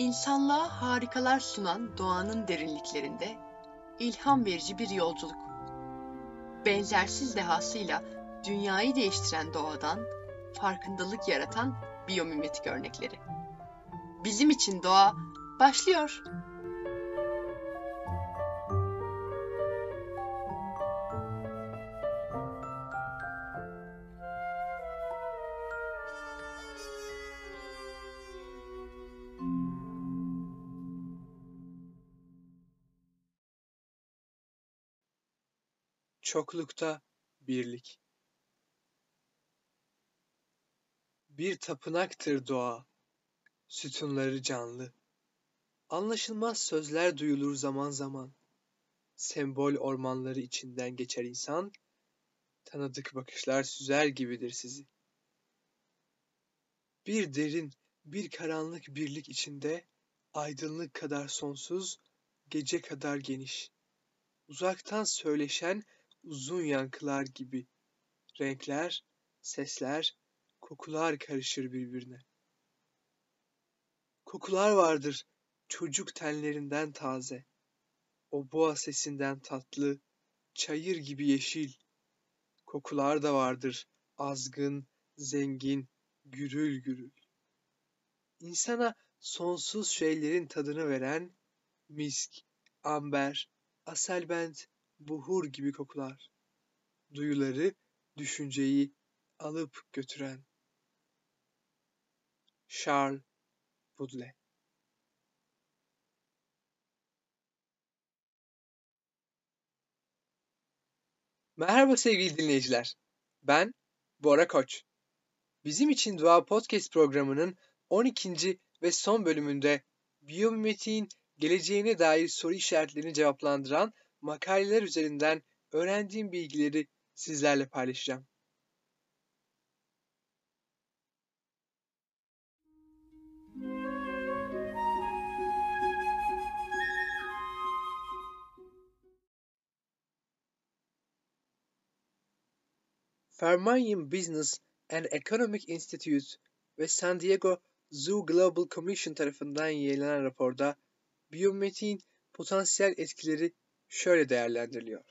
İnsanlığa harikalar sunan doğanın derinliklerinde ilham verici bir yolculuk. Benzersiz dehasıyla dünyayı değiştiren doğadan farkındalık yaratan biyomimetik örnekleri. Bizim için doğa başlıyor. Çoklukta birlik. Bir tapınaktır doğa, sütunları canlı. Anlaşılmaz sözler duyulur zaman zaman. Sembol ormanları içinden geçer insan, tanıdık bakışlar süzer gibidir sizi. Bir derin, bir karanlık birlik içinde, aydınlık kadar sonsuz, gece kadar geniş. Uzaktan söyleşen uzun yankılar gibi. Renkler, sesler, kokular karışır birbirine. Kokular vardır çocuk tenlerinden taze, o boğa sesinden tatlı, çayır gibi yeşil. Kokular da vardır azgın, zengin, gürül gürül. İnsana sonsuz şeylerin tadını veren misk, amber, aselbent, buhur gibi kokular. Duyuları, düşünceyi alıp götüren. Charles Baudelaire. Merhaba sevgili dinleyiciler. Ben Bora Koç. Bizim için Doğa Podcast programının 12. ve son bölümünde biyomimetiğin geleceğine dair soru işaretlerini cevaplandıran makaleler üzerinden öğrendiğim bilgileri sizlerle paylaşacağım. Farmanian Business and Economic Institute ve San Diego Zoo Global Commission tarafından yayınlanan raporda biyomimetiğin potansiyel etkileri şöyle değerlendiriliyor.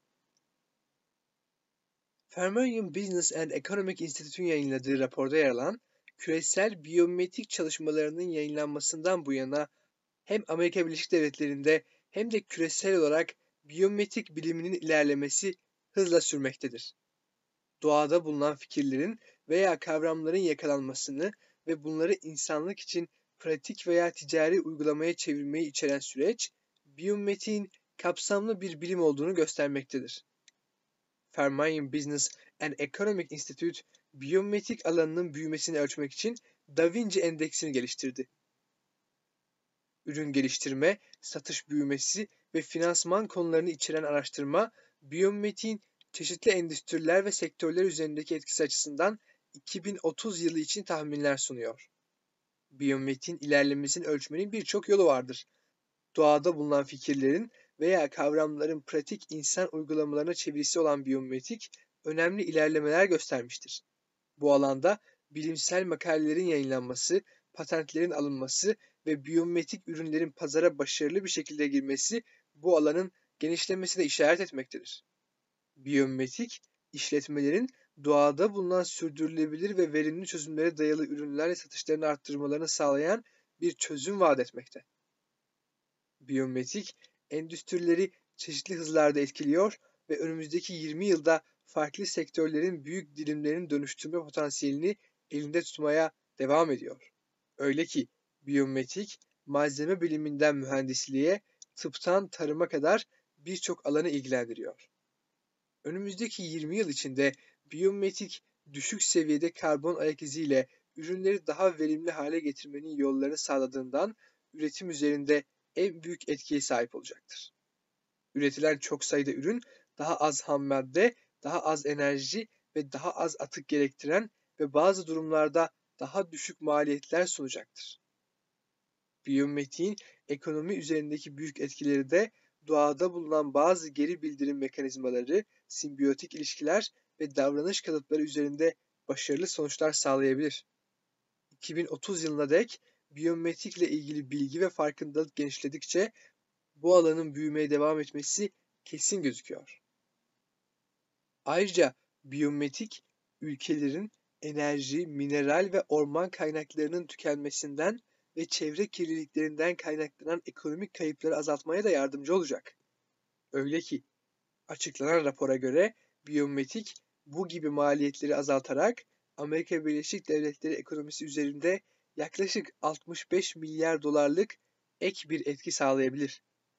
Farmanian Business and Economic Institute'un yayınladığı raporda yer alan küresel biyomimetik çalışmalarının yayınlanmasından bu yana hem Amerika Birleşik Devletleri'nde hem de küresel olarak biyomimetik biliminin ilerlemesi hızla sürmektedir. Doğada bulunan fikirlerin veya kavramların yakalanmasını ve bunları insanlık için pratik veya ticari uygulamaya çevirmeyi içeren süreç, biyomimetiğin kapsamlı bir bilim olduğunu göstermektedir. Farmanian Business and Economic Institute, biyomimetik alanının büyümesini ölçmek için Da Vinci endeksini geliştirdi. Ürün geliştirme, satış büyümesi ve finansman konularını içeren araştırma, biyomimetiğin çeşitli endüstriler ve sektörler üzerindeki etkisi açısından 2030 yılı için tahminler sunuyor. Biyomimetiğin ilerlemesini ölçmenin birçok yolu vardır. Doğada bulunan fikirlerin veya kavramların pratik insan uygulamalarına çevirisi olan biyomimetik, önemli ilerlemeler göstermiştir. Bu alanda bilimsel makalelerin yayınlanması, patentlerin alınması ve biyomimetik ürünlerin pazara başarılı bir şekilde girmesi bu alanın genişlemesine işaret etmektedir. Biyomimetik, işletmelerin doğada bulunan sürdürülebilir ve verimli çözümlere dayalı ürünlerle satışlarını arttırmalarını sağlayan bir çözüm vaat etmekte. Biyomimetik, endüstrileri çeşitli hızlarda etkiliyor ve önümüzdeki 20 yılda farklı sektörlerin büyük dilimlerini dönüştürme potansiyelini elinde tutmaya devam ediyor. Öyle ki biyomimetik, malzeme biliminden mühendisliğe, tıptan tarıma kadar birçok alanı ilgilendiriyor. Önümüzdeki 20 yıl içinde biyomimetik düşük seviyede karbon ayak iziyle ürünleri daha verimli hale getirmenin yollarını sağladığından üretim üzerinde en büyük etkiye sahip olacaktır. Üretilen çok sayıda ürün daha az ham madde, daha az enerji ve daha az atık gerektiren ve bazı durumlarda daha düşük maliyetler sunacaktır. Biyomimetiğin ekonomi üzerindeki büyük etkileri de doğada bulunan bazı geri bildirim mekanizmaları, simbiyotik ilişkiler ve davranış kalıpları üzerinde başarılı sonuçlar sağlayabilir. 2030 yılına dek biyometrikle ilgili bilgi ve farkındalık genişledikçe bu alanın büyümeye devam etmesi kesin gözüküyor. Ayrıca biyometrik ülkelerin enerji, mineral ve orman kaynaklarının tükenmesinden ve çevre kirliliklerinden kaynaklanan ekonomik kayıpları azaltmaya da yardımcı olacak. Öyle ki açıklanan rapora göre biyometrik bu gibi maliyetleri azaltarak Amerika Birleşik Devletleri ekonomisi üzerinde yaklaşık 65 milyar dolarlık ek bir etki sağlayabilir.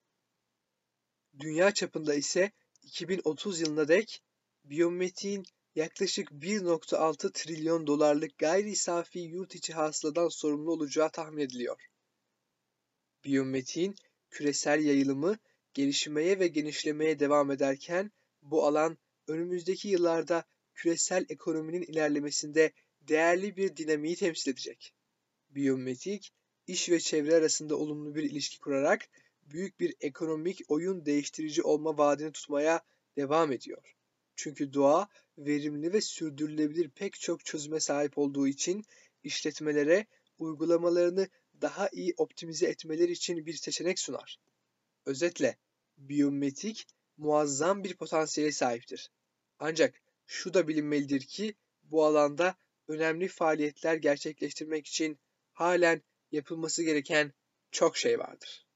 Dünya çapında ise 2030 yılına dek biyometriğin yaklaşık 1,6 trilyon dolarlık gayri safi yurt içi hasıladan sorumlu olacağı tahmin ediliyor. Biyometriğin küresel yayılımı gelişmeye ve genişlemeye devam ederken bu alan önümüzdeki yıllarda küresel ekonominin ilerlemesinde değerli bir dinamiği temsil edecek. Biyometrik, iş ve çevre arasında olumlu bir ilişki kurarak büyük bir ekonomik oyun değiştirici olma vaadini tutmaya devam ediyor. Çünkü doğa verimli ve sürdürülebilir pek çok çözüme sahip olduğu için işletmelere uygulamalarını daha iyi optimize etmeleri için bir seçenek sunar. Özetle, biyometrik muazzam bir potansiyele sahiptir. Ancak şu da bilinmelidir ki bu alanda önemli faaliyetler gerçekleştirmek için halen yapılması gereken çok şey vardır.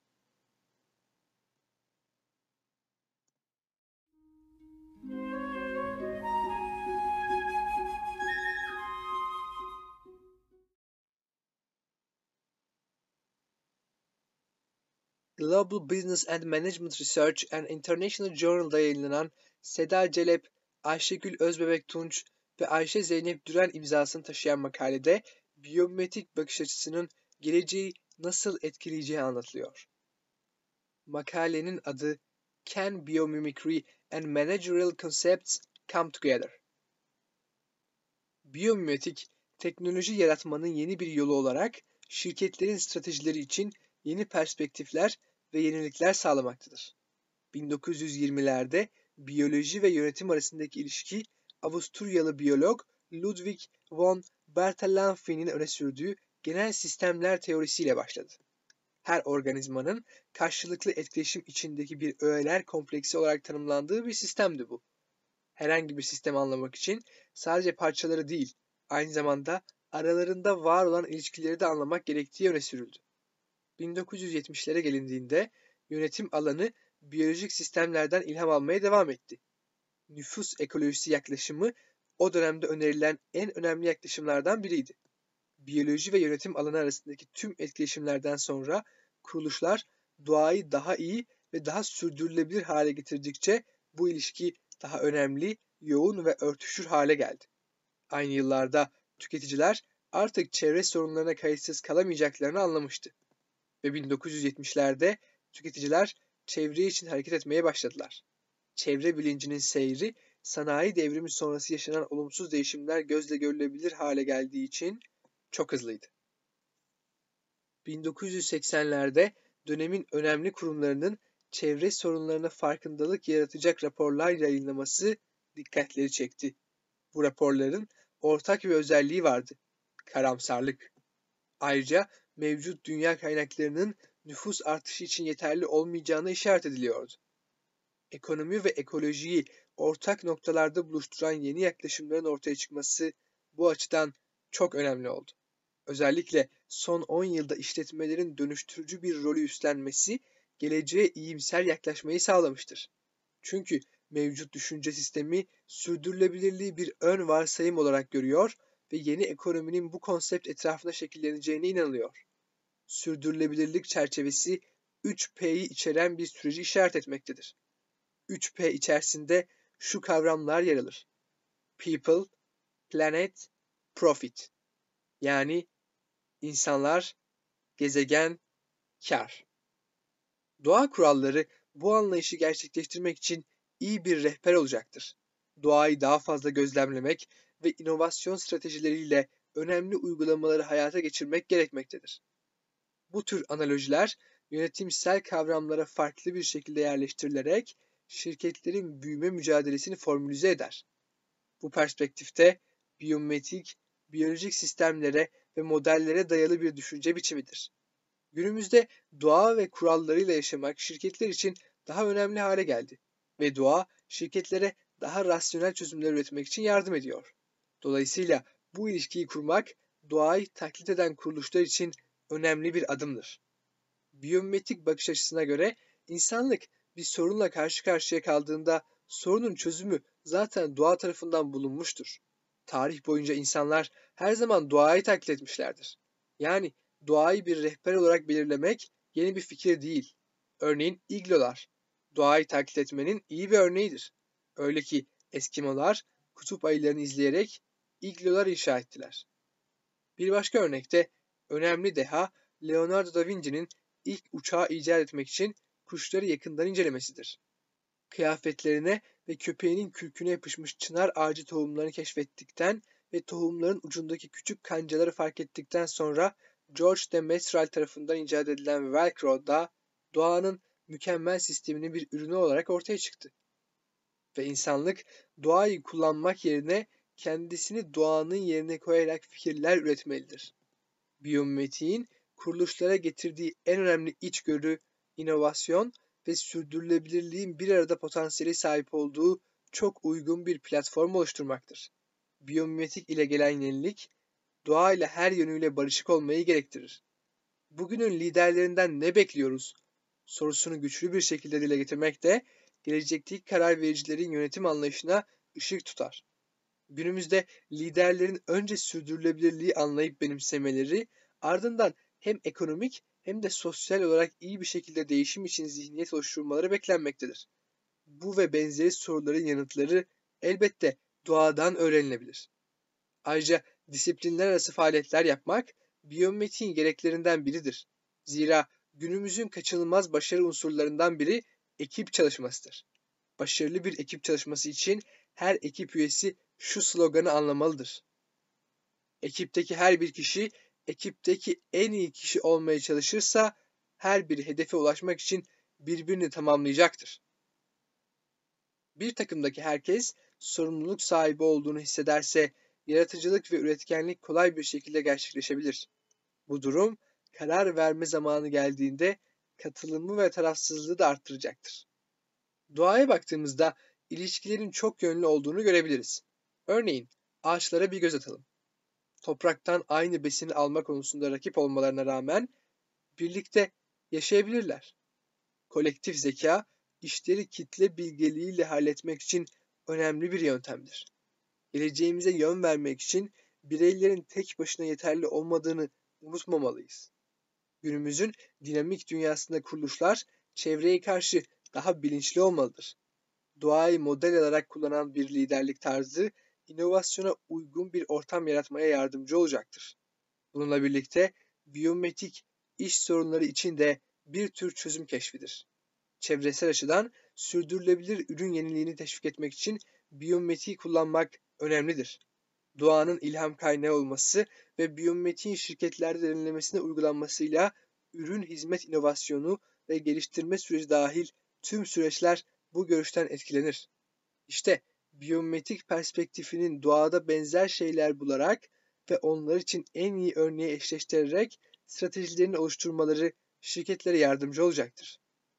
Global Business and Management Research and International Journal'da yayınlanan Seda Celep, Ayşegül Özbebek Tunç ve Ayşe Zeynep Düren imzasını taşıyan makalede biyometrik bakış açısının geleceği nasıl etkileyeceği anlatılıyor. Makalenin adı Can Biomimicry and Managerial Concepts Come Together? Biyomimetik, teknoloji yaratmanın yeni bir yolu olarak şirketlerin stratejileri için yeni perspektifler ve yenilikler sağlamaktadır. 1920'lerde biyoloji ve yönetim arasındaki ilişki Avusturyalı biyolog Ludwig von Bertalanffy'nin öne sürdüğü genel sistemler teorisiyle başladı. Her organizmanın karşılıklı etkileşim içindeki bir öğeler kompleksi olarak tanımlandığı bir sistemdi bu. Herhangi bir sistemi anlamak için sadece parçaları değil, aynı zamanda aralarında var olan ilişkileri de anlamak gerektiği öne sürüldü. 1970'lere gelindiğinde yönetim alanı biyolojik sistemlerden ilham almaya devam etti. Nüfus ekolojisi yaklaşımı o dönemde önerilen en önemli yaklaşımlardan biriydi. Biyoloji ve yönetim alanı arasındaki tüm etkileşimlerden sonra kuruluşlar doğayı daha iyi ve daha sürdürülebilir hale getirdikçe bu ilişki daha önemli, yoğun ve örtüşür hale geldi. Aynı yıllarda tüketiciler artık çevre sorunlarına kayıtsız kalamayacaklarını anlamıştı. Ve 1970'lerde tüketiciler çevre için hareket etmeye başladılar. Çevre bilincinin seyri, sanayi devrimi sonrası yaşanan olumsuz değişimler gözle görülebilir hale geldiği için çok hızlıydı. 1980'lerde dönemin önemli kurumlarının çevre sorunlarına farkındalık yaratacak raporlar yayınlaması dikkatleri çekti. Bu raporların ortak bir özelliği vardı: karamsarlık. Ayrıca mevcut dünya kaynaklarının nüfus artışı için yeterli olmayacağına işaret ediliyordu. Ekonomi ve ekolojiyi ortak noktalarda buluşturan yeni yaklaşımların ortaya çıkması bu açıdan çok önemli oldu. Özellikle son 10 yılda işletmelerin dönüştürücü bir rolü üstlenmesi geleceğe iyimser yaklaşmayı sağlamıştır. Çünkü mevcut düşünce sistemi sürdürülebilirliği bir ön varsayım olarak görüyor ve yeni ekonominin bu konsept etrafında şekilleneceğine inanılıyor. Sürdürülebilirlik çerçevesi 3P'yi içeren bir süreci işaret etmektedir. 3P içerisinde şu kavramlar yer alır: People, Planet, Profit. Yani insanlar, gezegen, kar. Doğa kuralları bu anlayışı gerçekleştirmek için iyi bir rehber olacaktır. Doğayı daha fazla gözlemlemek ve inovasyon stratejileriyle önemli uygulamaları hayata geçirmek gerekmektedir. Bu tür analojiler yönetimsel kavramlara farklı bir şekilde yerleştirilerek şirketlerin büyüme mücadelesini formülize eder. Bu perspektifte biyometrik, biyolojik sistemlere ve modellere dayalı bir düşünce biçimidir. Günümüzde doğa ve kurallarıyla yaşamak şirketler için daha önemli hale geldi ve doğa şirketlere daha rasyonel çözümler üretmek için yardım ediyor. Dolayısıyla bu ilişkiyi kurmak doğayı taklit eden kuruluşlar için önemli bir adımdır. Biyomimetik bakış açısına göre insanlık bir sorunla karşı karşıya kaldığında sorunun çözümü zaten doğa tarafından bulunmuştur. Tarih boyunca insanlar her zaman doğayı taklit etmişlerdir. Yani doğayı bir rehber olarak belirlemek yeni bir fikir değil. Örneğin iglolar, doğayı taklit etmenin iyi bir örneğidir. Öyle ki Eskimolar kutup ayılarını izleyerek iglolar inşa ettiler. Bir başka örnekte önemli deha Leonardo da Vinci'nin ilk uçağı icat etmek için kuşları yakından incelemesidir. Kıyafetlerine ve köpeğinin kürküne yapışmış çınar ağacı tohumlarını keşfettikten ve tohumların ucundaki küçük kancaları fark ettikten sonra George de Mestral tarafından icat edilen Velcro da doğanın mükemmel sisteminin bir ürünü olarak ortaya çıktı. Ve insanlık doğayı kullanmak yerine kendisini doğanın yerine koyarak fikirler üretmelidir. Biyomimetiğin kuruluşlara getirdiği en önemli içgörü, inovasyon ve sürdürülebilirliğin bir arada potansiyeli sahip olduğu çok uygun bir platform oluşturmaktır. Biyomimetik ile gelen yenilik, doğayla her yönüyle barışık olmayı gerektirir. Bugünün liderlerinden ne bekliyoruz sorusunu güçlü bir şekilde dile getirmek de gelecekteki karar vericilerin yönetim anlayışına ışık tutar. Günümüzde liderlerin önce sürdürülebilirliği anlayıp benimsemeleri, ardından hem ekonomik hem de sosyal olarak iyi bir şekilde değişim için zihniyet oluşturmaları beklenmektedir. Bu ve benzeri soruların yanıtları elbette doğadan öğrenilebilir. Ayrıca disiplinler arası faaliyetler yapmak biyomimetiğin gereklerinden biridir. Zira günümüzün kaçınılmaz başarı unsurlarından biri ekip çalışmasıdır. Başarılı bir ekip çalışması için her ekip üyesi şu sloganı anlamalıdır. Ekipteki her bir kişi ekipteki en iyi kişi olmaya çalışırsa her biri hedefe ulaşmak için birbirini tamamlayacaktır. Bir takımdaki herkes sorumluluk sahibi olduğunu hissederse yaratıcılık ve üretkenlik kolay bir şekilde gerçekleşebilir. Bu durum karar verme zamanı geldiğinde katılımı ve tarafsızlığı da arttıracaktır. Doğaya baktığımızda ilişkilerin çok yönlü olduğunu görebiliriz. Örneğin ağaçlara bir göz atalım. Topraktan aynı besini alma konusunda rakip olmalarına rağmen birlikte yaşayabilirler. Kolektif zeka, işleri kitle bilgeliğiyle halletmek için önemli bir yöntemdir. Geleceğimize yön vermek için bireylerin tek başına yeterli olmadığını unutmamalıyız. Günümüzün dinamik dünyasında kuruluşlar çevreye karşı daha bilinçli olmalıdır. Doğayı model alarak kullanan bir liderlik tarzı, inovasyona uygun bir ortam yaratmaya yardımcı olacaktır. Bununla birlikte biyomimetik iş sorunları için de bir tür çözüm keşfidir. Çevresel açıdan sürdürülebilir ürün yeniliğini teşvik etmek için biyomimetiği kullanmak önemlidir. Doğanın ilham kaynağı olması ve biyomimetiğin şirketlerde denilemesine uygulanmasıyla ürün hizmet inovasyonu ve geliştirme süreci dahil tüm süreçler bu görüşten etkilenir. İşte biyomimetik perspektifinin doğada benzer şeyler bularak ve onlar için en iyi örneği eşleştirerek stratejilerini oluşturmaları şirketlere yardımcı olacaktır.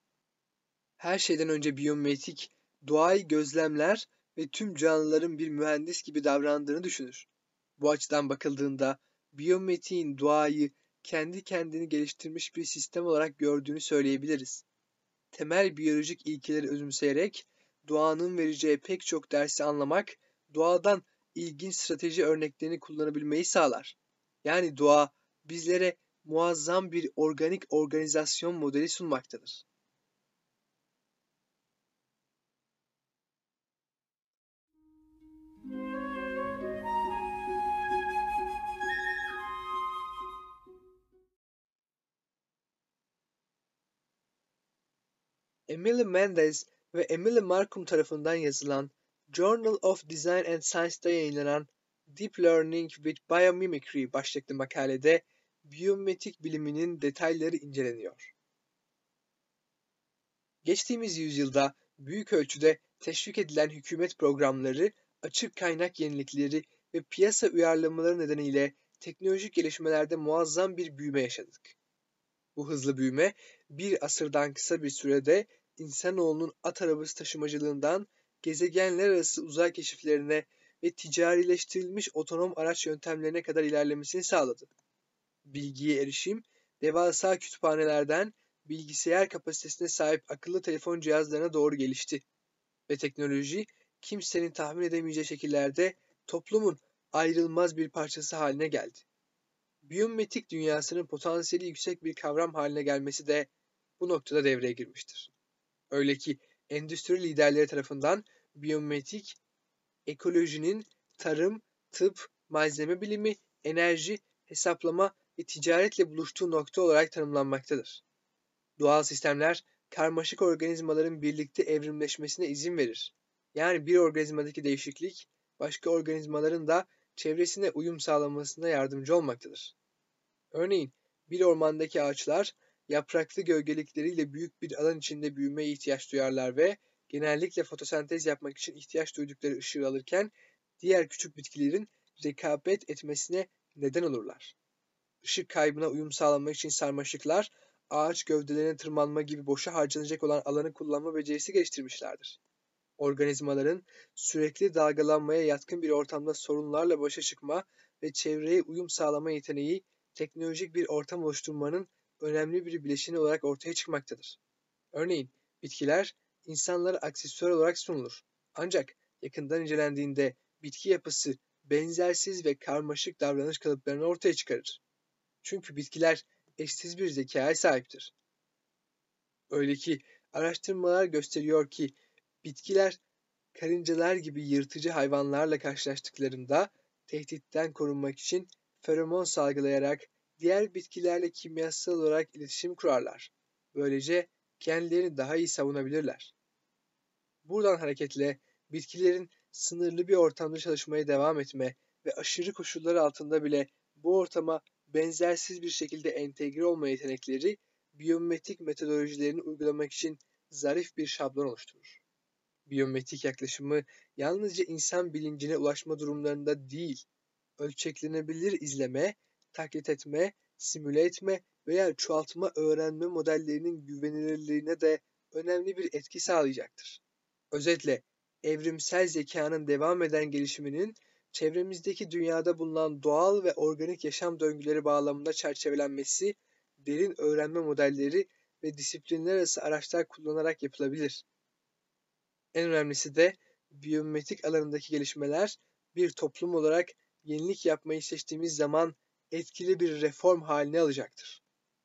Her şeyden önce biyomimetik doğayı gözlemler ve tüm canlıların bir mühendis gibi davrandığını düşünür. Bu açıdan bakıldığında biyomimetiğin doğayı kendi kendini geliştirmiş bir sistem olarak gördüğünü söyleyebiliriz. Temel biyolojik ilkeleri özümseyerek doğanın vereceği pek çok dersi anlamak, doğadan ilginç strateji örneklerini kullanabilmeyi sağlar. Yani doğa bizlere muazzam bir organik organizasyon modeli sunmaktadır. Emily Mendez ve Emily Markham tarafından yazılan Journal of Design and Science'da yayınlanan Deep Learning with Biomimicry başlıklı makalede biyomimetik biliminin detayları inceleniyor. Geçtiğimiz yüzyılda büyük ölçüde teşvik edilen hükümet programları, açık kaynak yenilikleri ve piyasa uyarlamaları nedeniyle teknolojik gelişmelerde muazzam bir büyüme yaşadık. Bu hızlı büyüme bir asırdan kısa bir sürede insanoğlunun at arabası taşımacılığından gezegenler arası uzay keşiflerine ve ticarileştirilmiş otonom araç yöntemlerine kadar ilerlemesini sağladı. Bilgiye erişim, devasa kütüphanelerden bilgisayar kapasitesine sahip akıllı telefon cihazlarına doğru gelişti ve teknoloji kimsenin tahmin edemeyeceği şekillerde toplumun ayrılmaz bir parçası haline geldi. Biyometrik dünyasının potansiyeli yüksek bir kavram haline gelmesi de bu noktada devreye girmiştir. Öyle ki endüstri liderleri tarafından biyometrik ekolojinin tarım, tıp, malzeme bilimi, enerji, hesaplama ve ticaretle buluştuğu nokta olarak tanımlanmaktadır. Doğal sistemler, karmaşık organizmaların birlikte evrimleşmesine izin verir. Yani bir organizmadaki değişiklik, başka organizmaların da çevresine uyum sağlamasına yardımcı olmaktadır. Örneğin, bir ormandaki ağaçlar, yapraklı gölgelikleriyle büyük bir alan içinde büyümeye ihtiyaç duyarlar ve genellikle fotosentez yapmak için ihtiyaç duydukları ışığı alırken, diğer küçük bitkilerin rekabet etmesine neden olurlar. Işık kaybına uyum sağlamak için sarmaşıklar, ağaç gövdelerine tırmanma gibi boşa harcanacak olan alanı kullanma becerisi geliştirmişlerdir. Organizmaların sürekli dalgalanmaya yatkın bir ortamda sorunlarla başa çıkma ve çevreye uyum sağlama yeteneği teknolojik bir ortam oluşturmanın önemli bir bileşeni olarak ortaya çıkmaktadır. Örneğin bitkiler insanlara aksesuar olarak sunulur. Ancak yakından incelendiğinde bitki yapısı benzersiz ve karmaşık davranış kalıplarını ortaya çıkarır. Çünkü bitkiler eşsiz bir zekaya sahiptir. Öyle ki araştırmalar gösteriyor ki bitkiler karıncalar gibi yırtıcı hayvanlarla karşılaştıklarında tehditten korunmak için feromon salgılayarak diğer bitkilerle kimyasal olarak iletişim kurarlar. Böylece kendilerini daha iyi savunabilirler. Buradan hareketle bitkilerin sınırlı bir ortamda çalışmaya devam etme ve aşırı koşullar altında bile bu ortama benzersiz bir şekilde entegre olma yetenekleri biyometrik metodolojilerini uygulamak için zarif bir şablon oluşturur. Biyometrik yaklaşımı yalnızca insan bilincine ulaşma durumlarında değil, ölçeklenebilir izleme, taklit etme, simüle etme veya çoğaltma öğrenme modellerinin güvenilirliğine de önemli bir etki sağlayacaktır. Özetle, evrimsel zekanın devam eden gelişiminin çevremizdeki dünyada bulunan doğal ve organik yaşam döngüleri bağlamında çerçevelenmesi, derin öğrenme modelleri ve disiplinler arası araçlar kullanarak yapılabilir. En önemlisi de biyometrik alanındaki gelişmeler bir toplum olarak yenilik yapmayı seçtiğimiz zaman etkili bir reform haline alacaktır.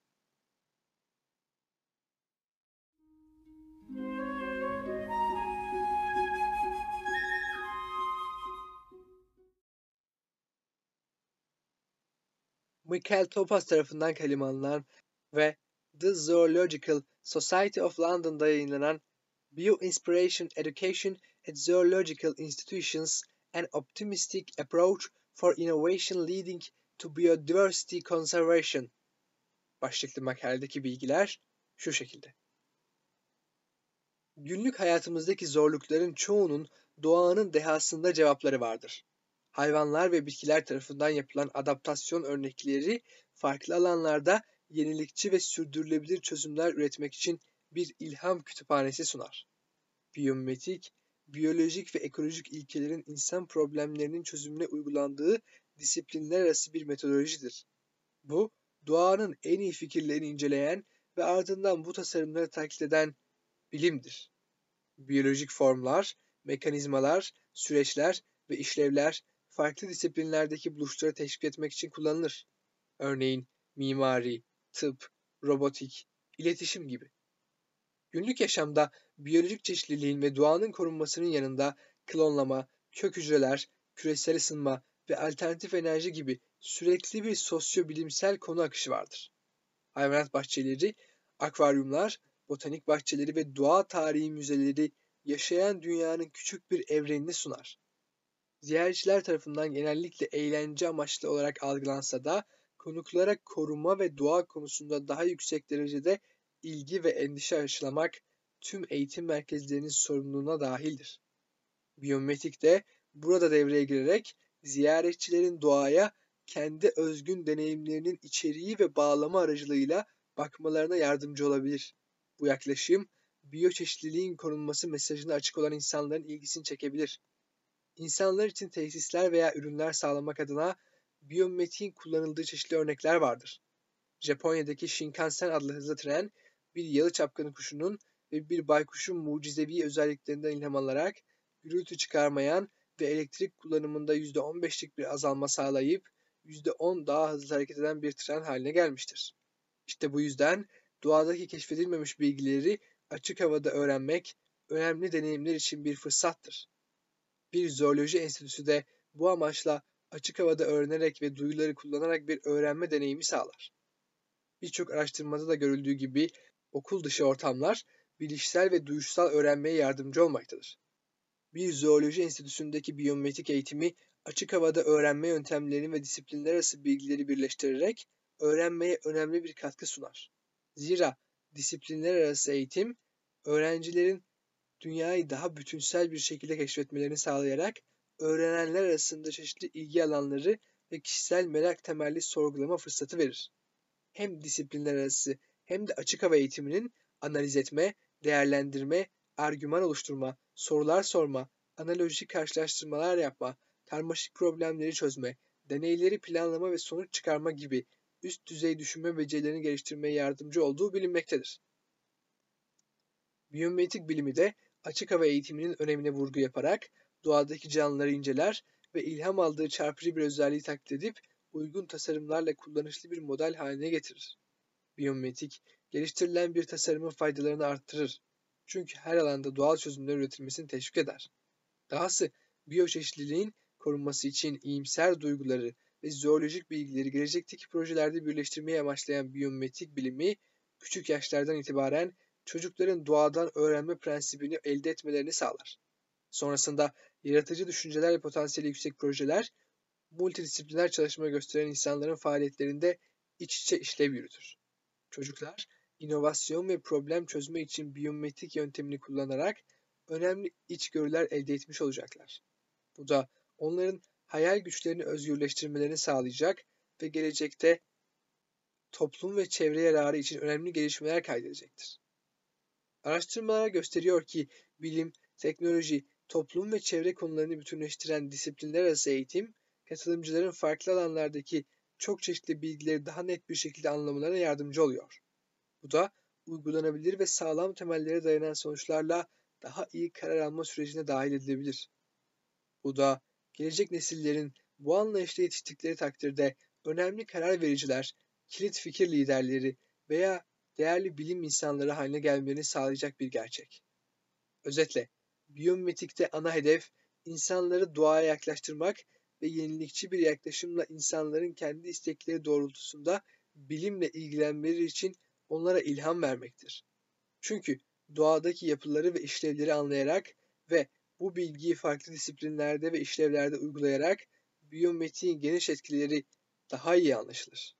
Michael Topaz tarafından kaleme alınan ve The Zoological Society of London'da yayınlanan Bio-Inspiration Education at Zoological Institutions: An Optimistic Approach for Innovation Leading to Biodiversity Conservation başlıklı makaledeki bilgiler şu şekilde. Günlük hayatımızdaki zorlukların çoğunun doğanın dehasında cevapları vardır. Hayvanlar ve bitkiler tarafından yapılan adaptasyon örnekleri farklı alanlarda yenilikçi ve sürdürülebilir çözümler üretmek için bir ilham kütüphanesi sunar. Biyometrik, biyolojik ve ekolojik ilkelerin insan problemlerinin çözümüne uygulandığı disiplinler arası bir metodolojidir. Bu, doğanın en iyi fikirlerini inceleyen ve ardından bu tasarımları taklit eden bilimdir. Biyolojik formlar, mekanizmalar, süreçler ve işlevler farklı disiplinlerdeki buluşları teşvik etmek için kullanılır. Örneğin mimari, tıp, robotik, iletişim gibi. Günlük yaşamda biyolojik çeşitliliğin ve doğanın korunmasının yanında klonlama, kök hücreler, küresel ısınma ve alternatif enerji gibi sürekli bir sosyobilimsel konu akışı vardır. Hayvanat bahçeleri, akvaryumlar, botanik bahçeleri ve doğa tarihi müzeleri yaşayan dünyanın küçük bir evrenini sunar. Ziyaretçiler tarafından genellikle eğlence amaçlı olarak algılansa da konuklara koruma ve doğa konusunda daha yüksek derecede ilgi ve endişe aşılamak tüm eğitim merkezlerinin sorumluluğuna dahildir. Biyometrik de burada devreye girerek ziyaretçilerin doğaya kendi özgün deneyimlerinin içeriği ve bağlama aracılığıyla bakmalarına yardımcı olabilir. Bu yaklaşım, biyoçeşitliliğin korunması mesajına açık olan insanların ilgisini çekebilir. İnsanlar için tesisler veya ürünler sağlamak adına biyomimetiğin kullanıldığı çeşitli örnekler vardır. Japonya'daki Shinkansen adlı hızlı tren, bir yalı çapkını kuşunun ve bir baykuşun mucizevi özelliklerinden ilham alarak gürültü çıkarmayan ve elektrik kullanımında %15'lik bir azalma sağlayıp %10 daha hızlı hareket eden bir tren haline gelmiştir. İşte bu yüzden doğadaki keşfedilmemiş bilgileri açık havada öğrenmek önemli deneyimler için bir fırsattır. Bir zooloji enstitüsü de bu amaçla açık havada öğrenerek ve duyuları kullanarak bir öğrenme deneyimi sağlar. Birçok araştırmada da görüldüğü gibi okul dışı ortamlar bilişsel ve duyuşsal öğrenmeye yardımcı olmaktadır. Bir zooloji enstitüsündeki biyomimetik eğitimi açık havada öğrenme yöntemlerini ve disiplinler arası bilgileri birleştirerek öğrenmeye önemli bir katkı sunar. Zira disiplinler arası eğitim öğrencilerin dünyayı daha bütünsel bir şekilde keşfetmelerini sağlayarak öğrenenler arasında çeşitli ilgi alanları ve kişisel merak temelli sorgulama fırsatı verir. Hem disiplinler arası hem de açık hava eğitiminin analiz etme, değerlendirme, argüman oluşturma, sorular sorma, analojik karşılaştırmalar yapma, karmaşık problemleri çözme, deneyleri planlama ve sonuç çıkarma gibi üst düzey düşünme becerilerini geliştirmeye yardımcı olduğu bilinmektedir. Biyomimetik bilimi de açık hava eğitiminin önemine vurgu yaparak doğadaki canlıları inceler ve ilham aldığı çarpıcı bir özelliği taklit edip uygun tasarımlarla kullanışlı bir model haline getirir. Biyomimetik, geliştirilen bir tasarımın faydalarını arttırır. Çünkü her alanda doğal çözümler üretilmesini teşvik eder. Dahası biyoçeşitliliğin korunması için iyimser duyguları ve zoolojik bilgileri gelecekteki projelerde birleştirmeyi amaçlayan biyomimetik bilimi küçük yaşlardan itibaren çocukların doğadan öğrenme prensibini elde etmelerini sağlar. Sonrasında yaratıcı düşünceler ve potansiyeli yüksek projeler, multidisipliner çalışma gösteren insanların faaliyetlerinde iç içe işlev yürütür. Çocuklar, inovasyon ve problem çözme için biyometrik yöntemini kullanarak önemli içgörüler elde etmiş olacaklar. Bu da onların hayal güçlerini özgürleştirmelerini sağlayacak ve gelecekte toplum ve çevre yararı için önemli gelişmeler kaydedecektir. Araştırmalar gösteriyor ki bilim, teknoloji, toplum ve çevre konularını bütünleştiren disiplinler arası eğitim, katılımcıların farklı alanlardaki çok çeşitli bilgileri daha net bir şekilde anlamalarına yardımcı oluyor. Bu da uygulanabilir ve sağlam temellere dayanan sonuçlarla daha iyi karar alma sürecine dahil edilebilir. Bu da gelecek nesillerin bu anlayışla yetiştikleri takdirde önemli karar vericiler, kilit fikir liderleri veya değerli bilim insanları haline gelmelerini sağlayacak bir gerçek. Özetle, biyomimetikte ana hedef insanları doğaya yaklaştırmak ve yenilikçi bir yaklaşımla insanların kendi istekleri doğrultusunda bilimle ilgilenmeleri için onlara ilham vermektir. Çünkü doğadaki yapıları ve işlevleri anlayarak ve bu bilgiyi farklı disiplinlerde ve işlevlerde uygulayarak biyometiğin geniş etkileri daha iyi anlaşılır.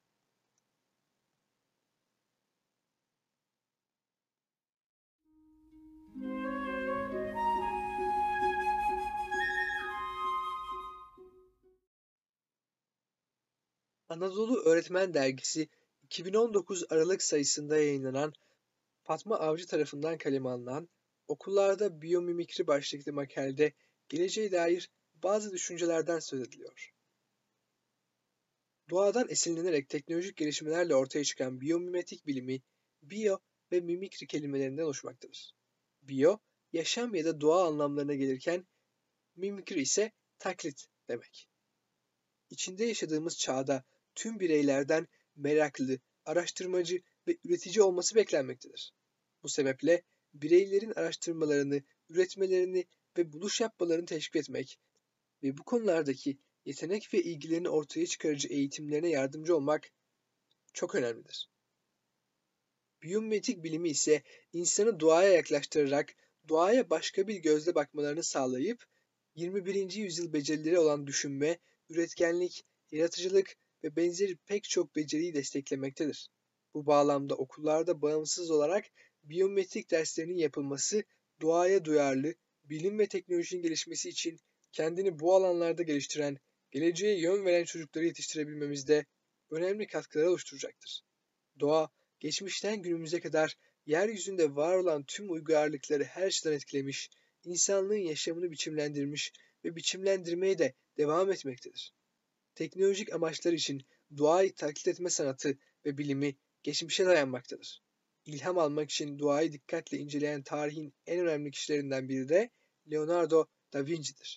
Anadolu Öğretmen Dergisi 2019 Aralık sayısında yayınlanan Fatma Avcı tarafından kaleme alınan Okullarda Biyomimikri başlıklı makalede geleceğe dair bazı düşüncelerden söz ediliyor. Doğadan esinlenerek teknolojik gelişmelerle ortaya çıkan biyomimetik bilimi, biyo ve mimikri kelimelerinden oluşmaktadır. Biyo, yaşam ya da doğa anlamlarına gelirken, mimikri ise taklit demek. İçinde yaşadığımız çağda tüm bireylerden meraklı, araştırmacı ve üretici olması beklenmektedir. Bu sebeple bireylerin araştırmalarını, üretmelerini ve buluş yapmalarını teşvik etmek ve bu konulardaki yetenek ve ilgilerini ortaya çıkarıcı eğitimlerine yardımcı olmak çok önemlidir. Biyomimetik bilimi ise insanı doğaya yaklaştırarak doğaya başka bir gözle bakmalarını sağlayıp 21. yüzyıl becerileri olan düşünme, üretkenlik, yaratıcılık ve benzeri pek çok beceriyi desteklemektedir. Bu bağlamda okullarda bağımsız olarak biyometrik derslerinin yapılması doğaya duyarlı, bilim ve teknolojinin gelişmesi için kendini bu alanlarda geliştiren geleceğe yön veren çocukları yetiştirebilmemizde önemli katkılar oluşturacaktır. Doğa, geçmişten günümüze kadar yeryüzünde var olan tüm uygarlıkları her açıdan etkilemiş, insanlığın yaşamını biçimlendirmiş ve biçimlendirmeye de devam etmektedir. Teknolojik amaçlar için doğayı taklit etme sanatı ve bilimi geçmişe dayanmaktadır. İlham almak için doğayı dikkatle inceleyen tarihin en önemli kişilerinden biri de Leonardo da Vinci'dir.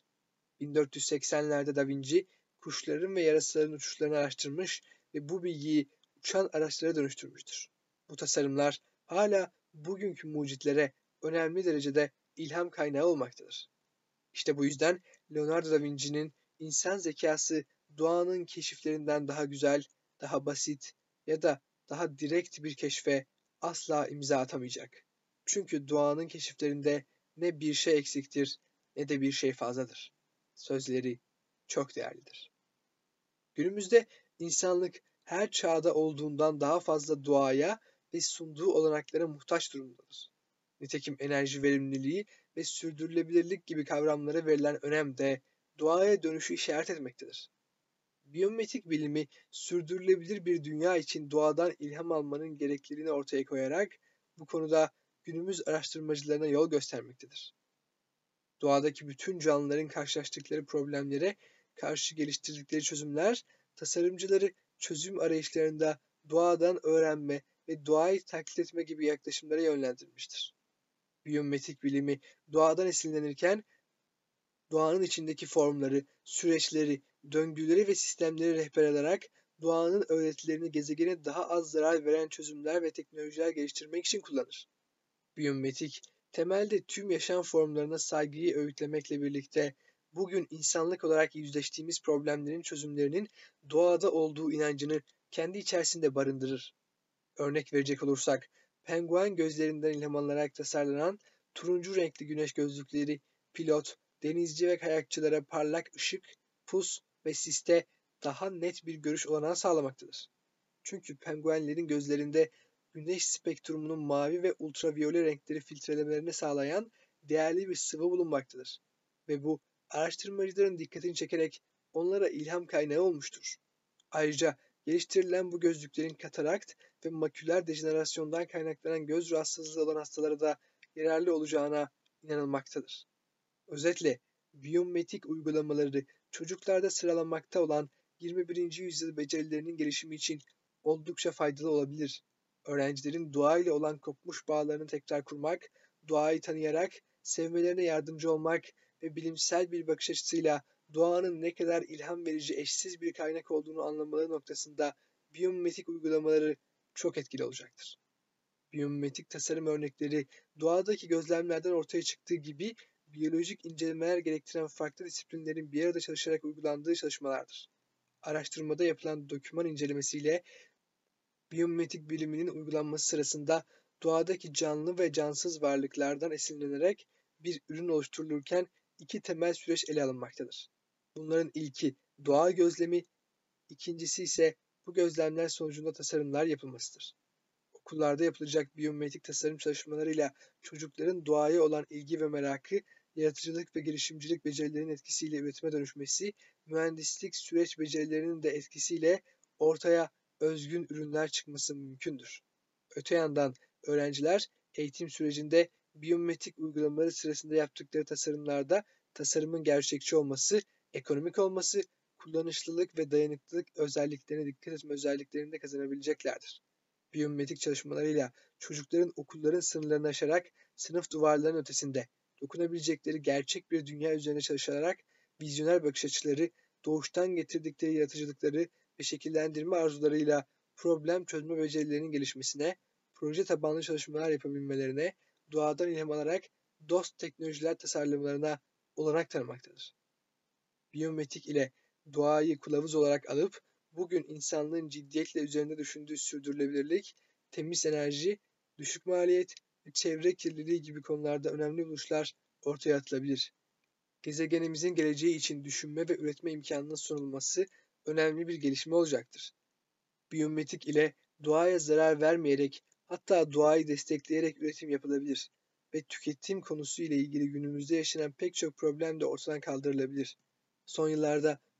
1480'lerde Da Vinci kuşların ve yarasaların uçuşlarını araştırmış ve bu bilgiyi uçan araçlara dönüştürmüştür. Bu tasarımlar hala bugünkü mucitlere önemli derecede ilham kaynağı olmaktadır. İşte bu yüzden Leonardo da Vinci'nin insan zekası doğanın keşiflerinden daha güzel, daha basit ya da daha direkt bir keşfe asla imza atamayacak. Çünkü doğanın keşiflerinde ne bir şey eksiktir ne de bir şey fazladır. Sözleri çok değerlidir. Günümüzde insanlık her çağda olduğundan daha fazla doğaya ve sunduğu olanaklara muhtaç durumdadır. Nitekim enerji verimliliği ve sürdürülebilirlik gibi kavramlara verilen önem de doğaya dönüşü işaret etmektedir. Biyometrik bilimi sürdürülebilir bir dünya için doğadan ilham almanın gerekliliğini ortaya koyarak bu konuda günümüz araştırmacılarına yol göstermektedir. Doğadaki bütün canlıların karşılaştıkları problemlere karşı geliştirdikleri çözümler, tasarımcıları çözüm arayışlarında doğadan öğrenme ve doğayı taklit etme gibi yaklaşımlara yönlendirmiştir. Biyometrik bilimi doğadan esinlenirken doğanın içindeki formları, süreçleri, döngüleri ve sistemleri rehber alarak doğanın öğretilerini gezegene daha az zarar veren çözümler ve teknolojiler geliştirmek için kullanır. Biyometrik, temelde tüm yaşam formlarına saygıyı öğütlemekle birlikte bugün insanlık olarak yüzleştiğimiz problemlerin çözümlerinin doğada olduğu inancını kendi içerisinde barındırır. Örnek verecek olursak, penguen gözlerinden ilham alınarak tasarlanan turuncu renkli güneş gözlükleri, pilot, denizci ve kayakçılara parlak ışık, pus ve siste daha net bir görüş olanağı sağlamaktadır. Çünkü penguenlerin gözlerinde güneş spektrumunun mavi ve ultraviyole renkleri filtrelemelerini sağlayan değerli bir sıvı bulunmaktadır. Ve bu araştırmacıların dikkatini çekerek onlara ilham kaynağı olmuştur. Ayrıca geliştirilen bu gözlüklerin katarakt ve maküler dejenerasyondan kaynaklanan göz rahatsızlığı olan hastalara da yararlı olacağına inanılmaktadır. Özetle biyometrik uygulamaları çocuklarda sıralanmakta olan 21. yüzyıl becerilerinin gelişimi için oldukça faydalı olabilir. Öğrencilerin doğayla olan kopmuş bağlarını tekrar kurmak, doğayı tanıyarak sevmelerine yardımcı olmak ve bilimsel bir bakış açısıyla doğanın ne kadar ilham verici eşsiz bir kaynak olduğunu anlamaları noktasında biyometrik uygulamaları çok etkili olacaktır. Biyometrik tasarım örnekleri doğadaki gözlemlerden ortaya çıktığı gibi biyolojik incelemeler gerektiren farklı disiplinlerin bir arada çalışarak uygulandığı çalışmalardır. Araştırmada yapılan doküman incelemesiyle biyometrik biliminin uygulanması sırasında doğadaki canlı ve cansız varlıklardan esinlenerek bir ürün oluşturulurken iki temel süreç ele alınmaktadır. Bunların ilki doğa gözlemi, ikincisi ise bu gözlemler sonucunda tasarımlar yapılmasıdır. Okullarda yapılacak biyometrik tasarım çalışmalarıyla çocukların doğaya olan ilgi ve merakı, yaratıcılık ve girişimcilik becerilerinin etkisiyle üretime dönüşmesi, mühendislik süreç becerilerinin de etkisiyle ortaya özgün ürünler çıkması mümkündür. Öte yandan öğrenciler eğitim sürecinde biyometrik uygulamaları sırasında yaptıkları tasarımlarda tasarımın gerçekçi olması, ekonomik olması, kullanışlılık ve dayanıklılık özelliklerine dikkat etme özelliklerini de kazanabileceklerdir. Biyometrik çalışmalarıyla çocukların okulların sınırlarını aşarak sınıf duvarlarının ötesinde dokunabilecekleri gerçek bir dünya üzerine çalışarak vizyoner bakış açıları, doğuştan getirdikleri yaratıcılıkları ve şekillendirme arzularıyla problem çözme becerilerinin gelişmesine, proje tabanlı çalışmalar yapabilmelerine, doğadan ilham alarak dost teknolojiler tasarlamalarına olanak tanımaktadır. Biyometrik ile doğayı kılavuz olarak alıp bugün insanlığın ciddiyetle üzerinde düşündüğü sürdürülebilirlik, temiz enerji, düşük maliyet ve çevre kirliliği gibi konularda önemli buluşlar ortaya atılabilir. Gezegenimizin geleceği için düşünme ve üretme imkanının sunulması önemli bir gelişme olacaktır. Biyometrik ile doğaya zarar vermeyerek hatta doğayı destekleyerek üretim yapılabilir ve tüketim konusu ile ilgili günümüzde yaşanan pek çok problem de ortadan kaldırılabilir. Son yıllarda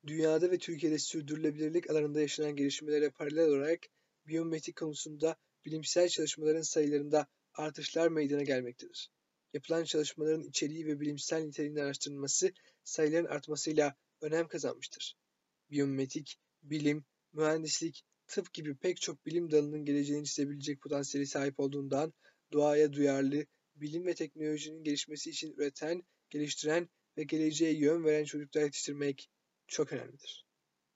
Dünyada ve Türkiye'de sürdürülebilirlik alanında yaşanan gelişmelere paralel olarak biyometrik konusunda bilimsel çalışmaların sayılarında artışlar meydana gelmektedir. Yapılan çalışmaların içeriği ve bilimsel niteliğinin araştırılması sayıların artmasıyla önem kazanmıştır. Biyometrik, bilim, mühendislik, tıp gibi pek çok bilim dalının geleceğini çizebilecek potansiyeli sahip olduğundan doğaya duyarlı, bilim ve teknolojinin gelişmesi için üreten, geliştiren ve geleceğe yön veren çocuklar yetiştirmek çok önemlidir.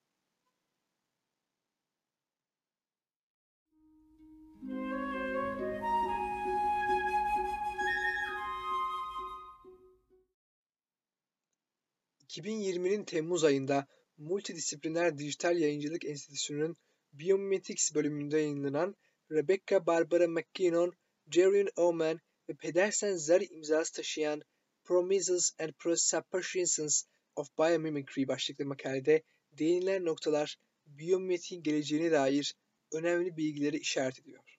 ...2020'nin Temmuz ayında Multidisipliner Dijital Yayıncılık Enstitüsü'nün Biomimetics bölümünde yayınlanan Rebecca Barbara McKinnon, Jerian Oman ve Pedersen Zari imzası taşıyan Promises and Presuppositions of Biomimicry başlıklı makalede değinilen noktalar biyomimetik'in geleceğine dair önemli bilgileri işaret ediyor.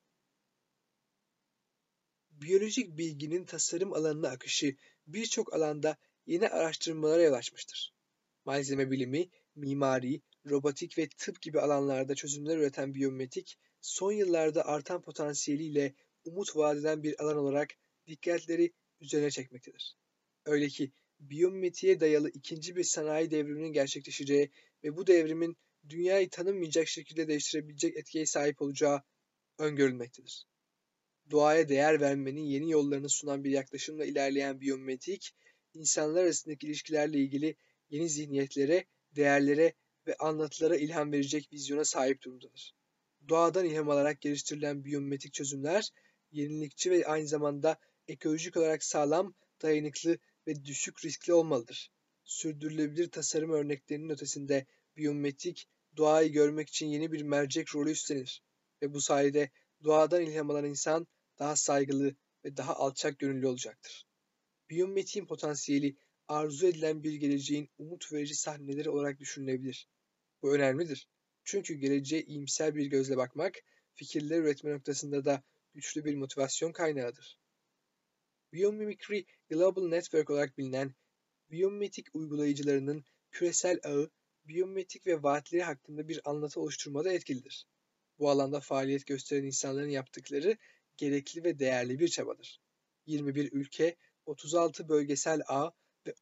Biyolojik bilginin tasarım alanına akışı birçok alanda yeni araştırmalara yol açmıştır. Malzeme bilimi, mimari, robotik ve tıp gibi alanlarda çözümler üreten biyomimetik, son yıllarda artan potansiyeliyle umut vaat eden bir alan olarak dikkatleri üzerine çekmektedir. Öyle ki biyomimetiğe dayalı ikinci bir sanayi devriminin gerçekleşeceği ve bu devrimin dünyayı tanınmayacak şekilde değiştirebilecek etkiye sahip olacağı öngörülmektedir. Doğaya değer vermenin yeni yollarını sunan bir yaklaşımla ilerleyen biyomimetik, insanlar arasındaki ilişkilerle ilgili yeni zihniyetlere, değerlere ve anlatılara ilham verecek vizyona sahip durumdadır. Doğadan ilham alarak geliştirilen biyomimetik çözümler, yenilikçi ve aynı zamanda ekolojik olarak sağlam, dayanıklı ve düşük riskli olmalıdır. Sürdürülebilir tasarım örneklerinin ötesinde biyomimetik, doğayı görmek için yeni bir mercek rolü üstlenir ve bu sayede doğadan ilham alan insan daha saygılı ve daha alçak gönüllü olacaktır. Biyomimetiğin potansiyeli arzu edilen bir geleceğin umut verici sahneleri olarak düşünülebilir. Bu önemlidir. Çünkü geleceğe iyimser bir gözle bakmak, fikirler üretme noktasında da güçlü bir motivasyon kaynağıdır. Biomimicry Global Network olarak bilinen biyomimetik uygulayıcılarının küresel ağı, biyomimetik ve vaatleri hakkında bir anlatı oluşturmada etkilidir. Bu alanda faaliyet gösteren insanların yaptıkları gerekli ve değerli bir çabadır. 21 ülke, 36 bölgesel ağ ve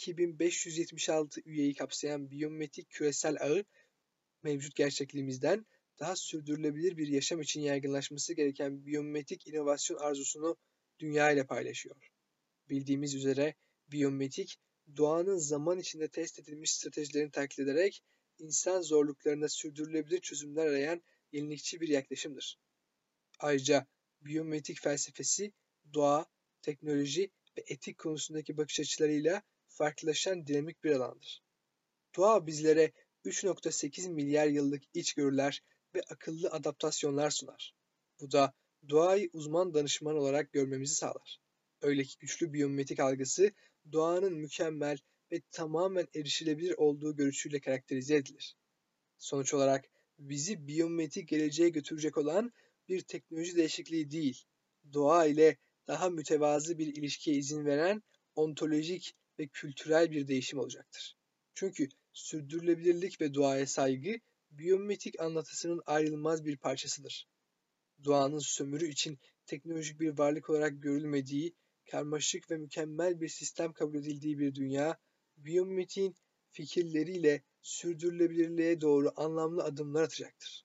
12.576 üyeyi kapsayan biyomimetik küresel ağı mevcut gerçekliğimizden daha sürdürülebilir bir yaşam için yaygınlaşması gereken biyomimetik inovasyon arzusunu dünya ile paylaşıyor. Bildiğimiz üzere biyomimetik, doğanın zaman içinde test edilmiş stratejilerini taklit ederek insan zorluklarına sürdürülebilir çözümler arayan yenilikçi bir yaklaşımdır. Ayrıca biyomimetik felsefesi, doğa, teknoloji ve etik konusundaki bakış açılarıyla farklılaşan dinamik bir alandır. Doğa bizlere 3.8 milyar yıllık içgörüler ve akıllı adaptasyonlar sunar. Bu da doğayı uzman danışman olarak görmemizi sağlar. Öyle ki güçlü biyomimetik algısı doğanın mükemmel ve tamamen erişilebilir olduğu görüşüyle karakterize edilir. Sonuç olarak bizi biyomimetik geleceğe götürecek olan bir teknoloji değişikliği değil, doğa ile daha mütevazı bir ilişkiye izin veren ontolojik ve kültürel bir değişim olacaktır. Çünkü sürdürülebilirlik ve doğaya saygı biyomimetik anlatısının ayrılmaz bir parçasıdır. Doğanın sömürü için teknolojik bir varlık olarak görülmediği, karmaşık ve mükemmel bir sistem kabul edildiği bir dünya, biyomimetiğin fikirleriyle sürdürülebilirliğe doğru anlamlı adımlar atacaktır.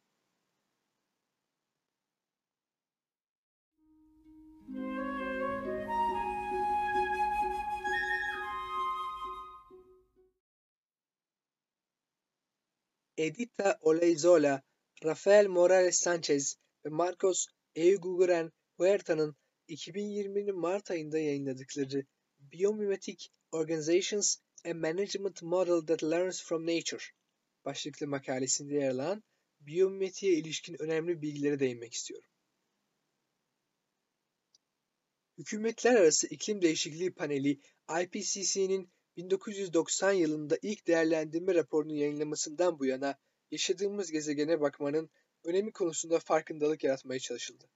Edita Olaizola, Rafael Morales Sanchez ve Marcos Eguiguren Huerta'nın 2020'nin Mart ayında yayınladıkları Biomimetic Organizations and Management Model That Learns from Nature başlıklı makalesinde yer alan biyomimetiğe ilişkin önemli bilgilere değinmek istiyorum. Hükümetler Arası İklim Değişikliği Paneli IPCC'nin 1990 yılında ilk değerlendirme raporunu yayınlamasından bu yana yaşadığımız gezegene bakmanın önemi konusunda farkındalık yaratmaya çalışıldı.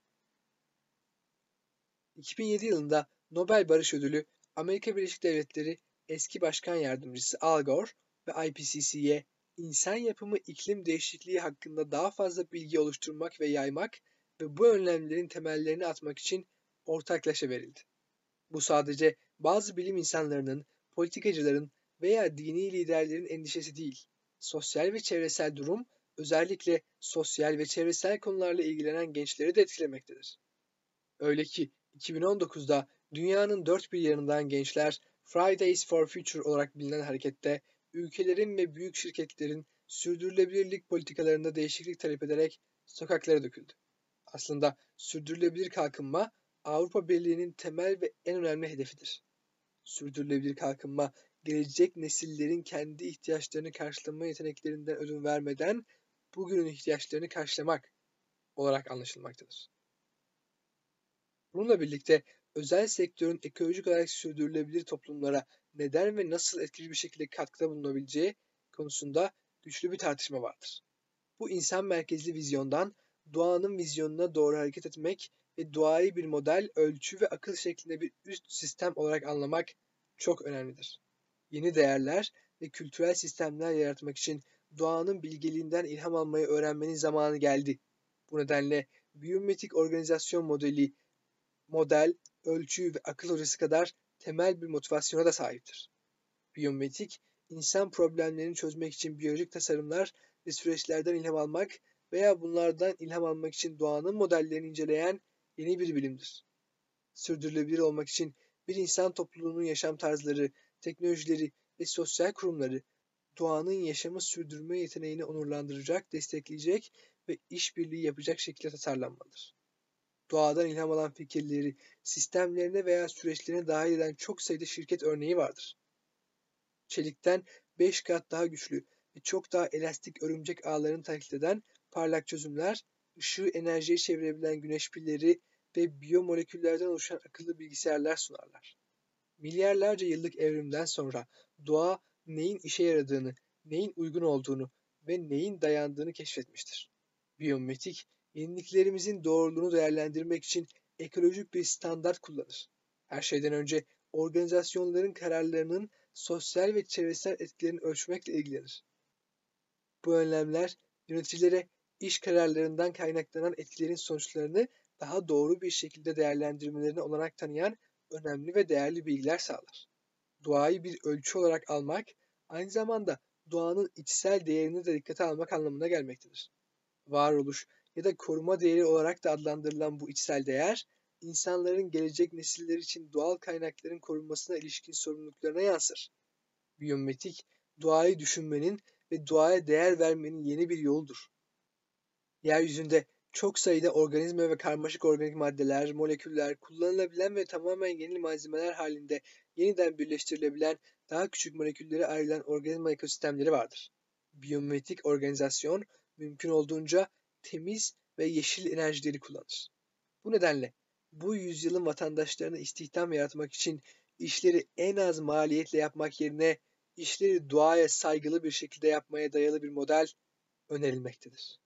2007 yılında Nobel Barış Ödülü Amerika Birleşik Devletleri eski Başkan Yardımcısı Al Gore ve IPCC'ye insan yapımı iklim değişikliği hakkında daha fazla bilgi oluşturmak ve yaymak ve bu önlemlerin temellerini atmak için ortaklaşa verildi. Bu sadece bazı bilim insanlarının, politikacıların veya dini liderlerin endişesi değil. Sosyal ve çevresel durum özellikle sosyal ve çevresel konularla ilgilenen gençleri de etkilemektedir. Öyle ki 2019'da dünyanın dört bir yanından gençler Fridays for Future olarak bilinen harekette ülkelerin ve büyük şirketlerin sürdürülebilirlik politikalarında değişiklik talep ederek sokaklara döküldü. Aslında sürdürülebilir kalkınma Avrupa Birliği'nin temel ve en önemli hedefidir. Sürdürülebilir kalkınma, gelecek nesillerin kendi ihtiyaçlarını karşılama yeteneklerinden ödün vermeden bugünün ihtiyaçlarını karşılamak olarak anlaşılmaktadır. Bununla birlikte özel sektörün ekolojik olarak sürdürülebilir toplumlara neden ve nasıl etkili bir şekilde katkıda bulunabileceği konusunda güçlü bir tartışma vardır. Bu insan merkezli vizyondan doğanın vizyonuna doğru hareket etmek ve doğayı bir model, ölçü ve akıl şeklinde bir üst sistem olarak anlamak çok önemlidir. Yeni değerler ve kültürel sistemler yaratmak için doğanın bilgeliğinden ilham almayı öğrenmenin zamanı geldi. Bu nedenle biyometrik organizasyon model, ölçü ve akıl hocası kadar temel bir motivasyona da sahiptir. Biyometrik, insan problemlerini çözmek için biyolojik tasarımlar ve süreçlerden ilham almak veya bunlardan ilham almak için doğanın modellerini inceleyen yeni bir bilimdir. Sürdürülebilir olmak için bir insan topluluğunun yaşam tarzları, teknolojileri ve sosyal kurumları doğanın yaşamı sürdürme yeteneğini onurlandıracak, destekleyecek ve işbirliği yapacak şekilde tasarlanmalıdır. Doğadan ilham alan fikirleri, sistemlerine veya süreçlerine dahil eden çok sayıda şirket örneği vardır. Çelikten 5 kat daha güçlü ve çok daha elastik örümcek ağlarını taklit eden parlak çözümler, ışığı enerjiye çevirebilen güneş pilleri ve biyomoleküllerden oluşan akıllı bilgisayarlar sunarlar. Milyarlarca yıllık evrimden sonra doğa neyin işe yaradığını, neyin uygun olduğunu ve neyin dayandığını keşfetmiştir. Biyometrik, yeniliklerimizin doğruluğunu değerlendirmek için ekolojik bir standart kullanır. Her şeyden önce organizasyonların kararlarının sosyal ve çevresel etkilerini ölçmekle ilgilenir. Bu önlemler yöneticilere iş kararlarından kaynaklanan etkilerin sonuçlarını daha doğru bir şekilde değerlendirmelerine olanak tanıyan önemli ve değerli bilgiler sağlar. Doğayı bir ölçü olarak almak, aynı zamanda doğanın içsel değerini de dikkate almak anlamına gelmektedir. Varoluş ya da koruma değeri olarak da adlandırılan bu içsel değer, insanların gelecek nesiller için doğal kaynakların korunmasına ilişkin sorumluluklarına yansır. Biyometrik, doğayı düşünmenin ve doğaya değer vermenin yeni bir yoludur. Yeryüzünde çok sayıda organizma ve karmaşık organik maddeler, moleküller, kullanılabilen ve tamamen yeni malzemeler halinde yeniden birleştirilebilen daha küçük moleküllere ayrılan organizma ekosistemleri vardır. Biyometrik organizasyon mümkün olduğunca temiz ve yeşil enerjileri kullanır. Bu nedenle bu yüzyılın vatandaşlarına istihdam yaratmak için işleri en az maliyetle yapmak yerine işleri doğaya saygılı bir şekilde yapmaya dayalı bir model önerilmektedir.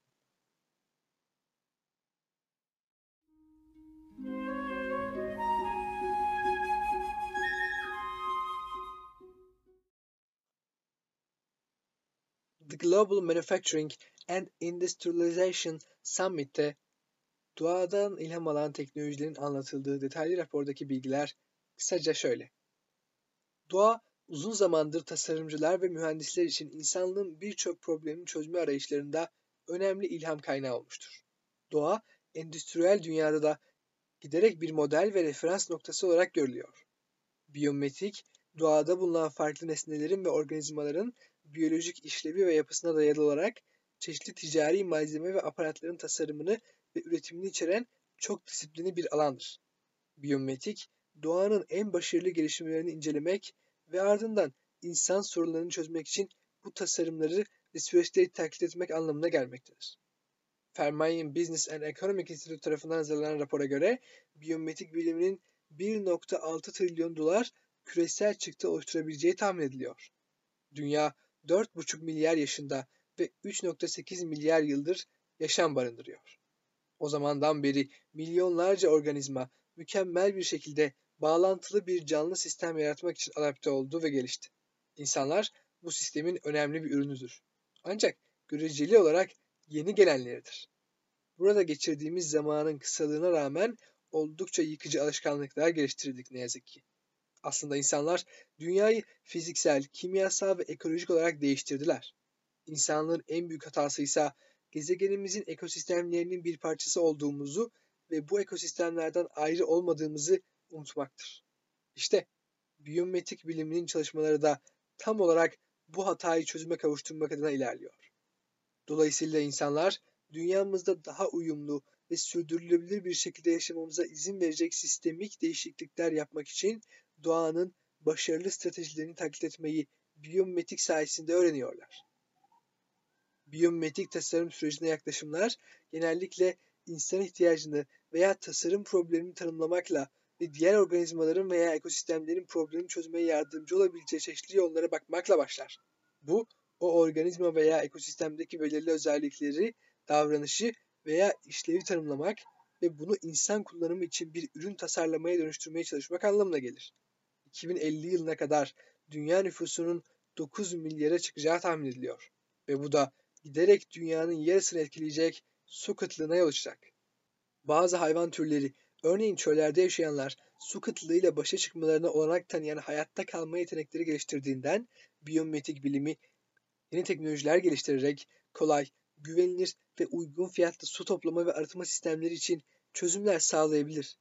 The Global Manufacturing and Industrialization Summit'te doğadan ilham alan teknolojilerin anlatıldığı detaylı rapordaki bilgiler kısaca şöyle. Doğa uzun zamandır tasarımcılar ve mühendisler için insanlığın birçok problemini çözme arayışlarında önemli ilham kaynağı olmuştur. Doğa, endüstriyel dünyada da giderek bir model ve referans noktası olarak görülüyor. Biyometrik, doğada bulunan farklı nesnelerin ve organizmaların biyolojik işlevi ve yapısına dayalı olarak çeşitli ticari malzeme ve aparatların tasarımını ve üretimini içeren çok disiplinli bir alandır. Biyometrik, doğanın en başarılı gelişimlerini incelemek ve ardından insan sorunlarını çözmek için bu tasarımları ve süreçleri taklit etmek anlamına gelmektedir. Fermain Business and Economic Institute tarafından hazırlanan rapora göre biyometrik biliminin 1,6 trilyon dolar küresel çıktı oluşturabileceği tahmin ediliyor. Dünya 4,5 milyar yaşında ve 3,8 milyar yıldır yaşam barındırıyor. O zamandan beri milyonlarca organizma mükemmel bir şekilde bağlantılı bir canlı sistem yaratmak için adapte oldu ve gelişti. İnsanlar bu sistemin önemli bir ürünüdür. Ancak göreceli olarak yeni gelenleridir. Burada geçirdiğimiz zamanın kısalığına rağmen oldukça yıkıcı alışkanlıklar geliştirdik ne yazık ki. Aslında insanlar dünyayı fiziksel, kimyasal ve ekolojik olarak değiştirdiler. İnsanlığın en büyük hatası ise gezegenimizin ekosistemlerinin bir parçası olduğumuzu ve bu ekosistemlerden ayrı olmadığımızı unutmaktır. İşte biyometrik biliminin çalışmaları da tam olarak bu hatayı çözüme kavuşturmak adına ilerliyor. Dolayısıyla insanlar dünyamızda daha uyumlu ve sürdürülebilir bir şekilde yaşamamıza izin verecek sistemik değişiklikler yapmak için doğanın başarılı stratejilerini taklit etmeyi biyomimetik sayesinde öğreniyorlar. Biyomimetik tasarım sürecine yaklaşımlar genellikle insan ihtiyacını veya tasarım problemini tanımlamakla ve diğer organizmaların veya ekosistemlerin problemini çözmeye yardımcı olabileceği çeşitli yollara bakmakla başlar. Bu, o organizma veya ekosistemdeki belirli özellikleri, davranışı veya işlevi tanımlamak ve bunu insan kullanımı için bir ürün tasarlamaya dönüştürmeye çalışmak anlamına gelir. 2050 yılına kadar dünya nüfusunun 9 milyara çıkacağı tahmin ediliyor ve bu da giderek dünyanın yarısını etkileyecek su kıtlığına yol açacak. Bazı hayvan türleri, örneğin çöllerde yaşayanlar, su kıtlığıyla başa çıkmalarına olanak tanıyan hayatta kalma yetenekleri geliştirdiğinden biyomimetik bilimi yeni teknolojiler geliştirerek kolay, güvenilir ve uygun fiyatlı su toplama ve arıtma sistemleri için çözümler sağlayabilir.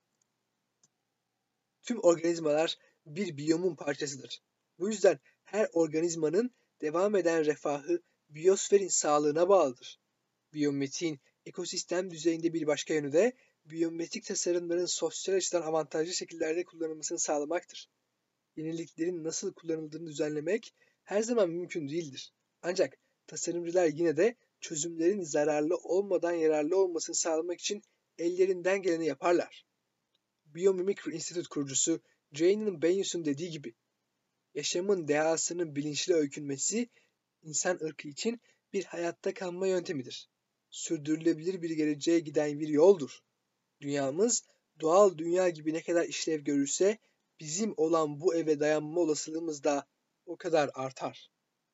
Tüm organizmalar bir biyomun parçasıdır. Bu yüzden her organizmanın devam eden refahı biyosferin sağlığına bağlıdır. Biyometriğin ekosistem düzeyinde bir başka yönü de biyometrik tasarımların sosyal açıdan avantajlı şekillerde kullanılmasını sağlamaktır. Yeniliklerin nasıl kullanıldığını düzenlemek her zaman mümkün değildir. Ancak tasarımcılar yine de çözümlerin zararlı olmadan yararlı olmasını sağlamak için ellerinden geleni yaparlar. Biomimicry Institute kurucusu Jane Benyus'un dediği gibi, yaşamın dehasının bilinçli öykünmesi insan ırkı için bir hayatta kalma yöntemidir. Sürdürülebilir bir geleceğe giden bir yoldur. Dünyamız doğal dünya gibi ne kadar işlev görürse bizim olan bu eve dayanma olasılığımız da o kadar artar.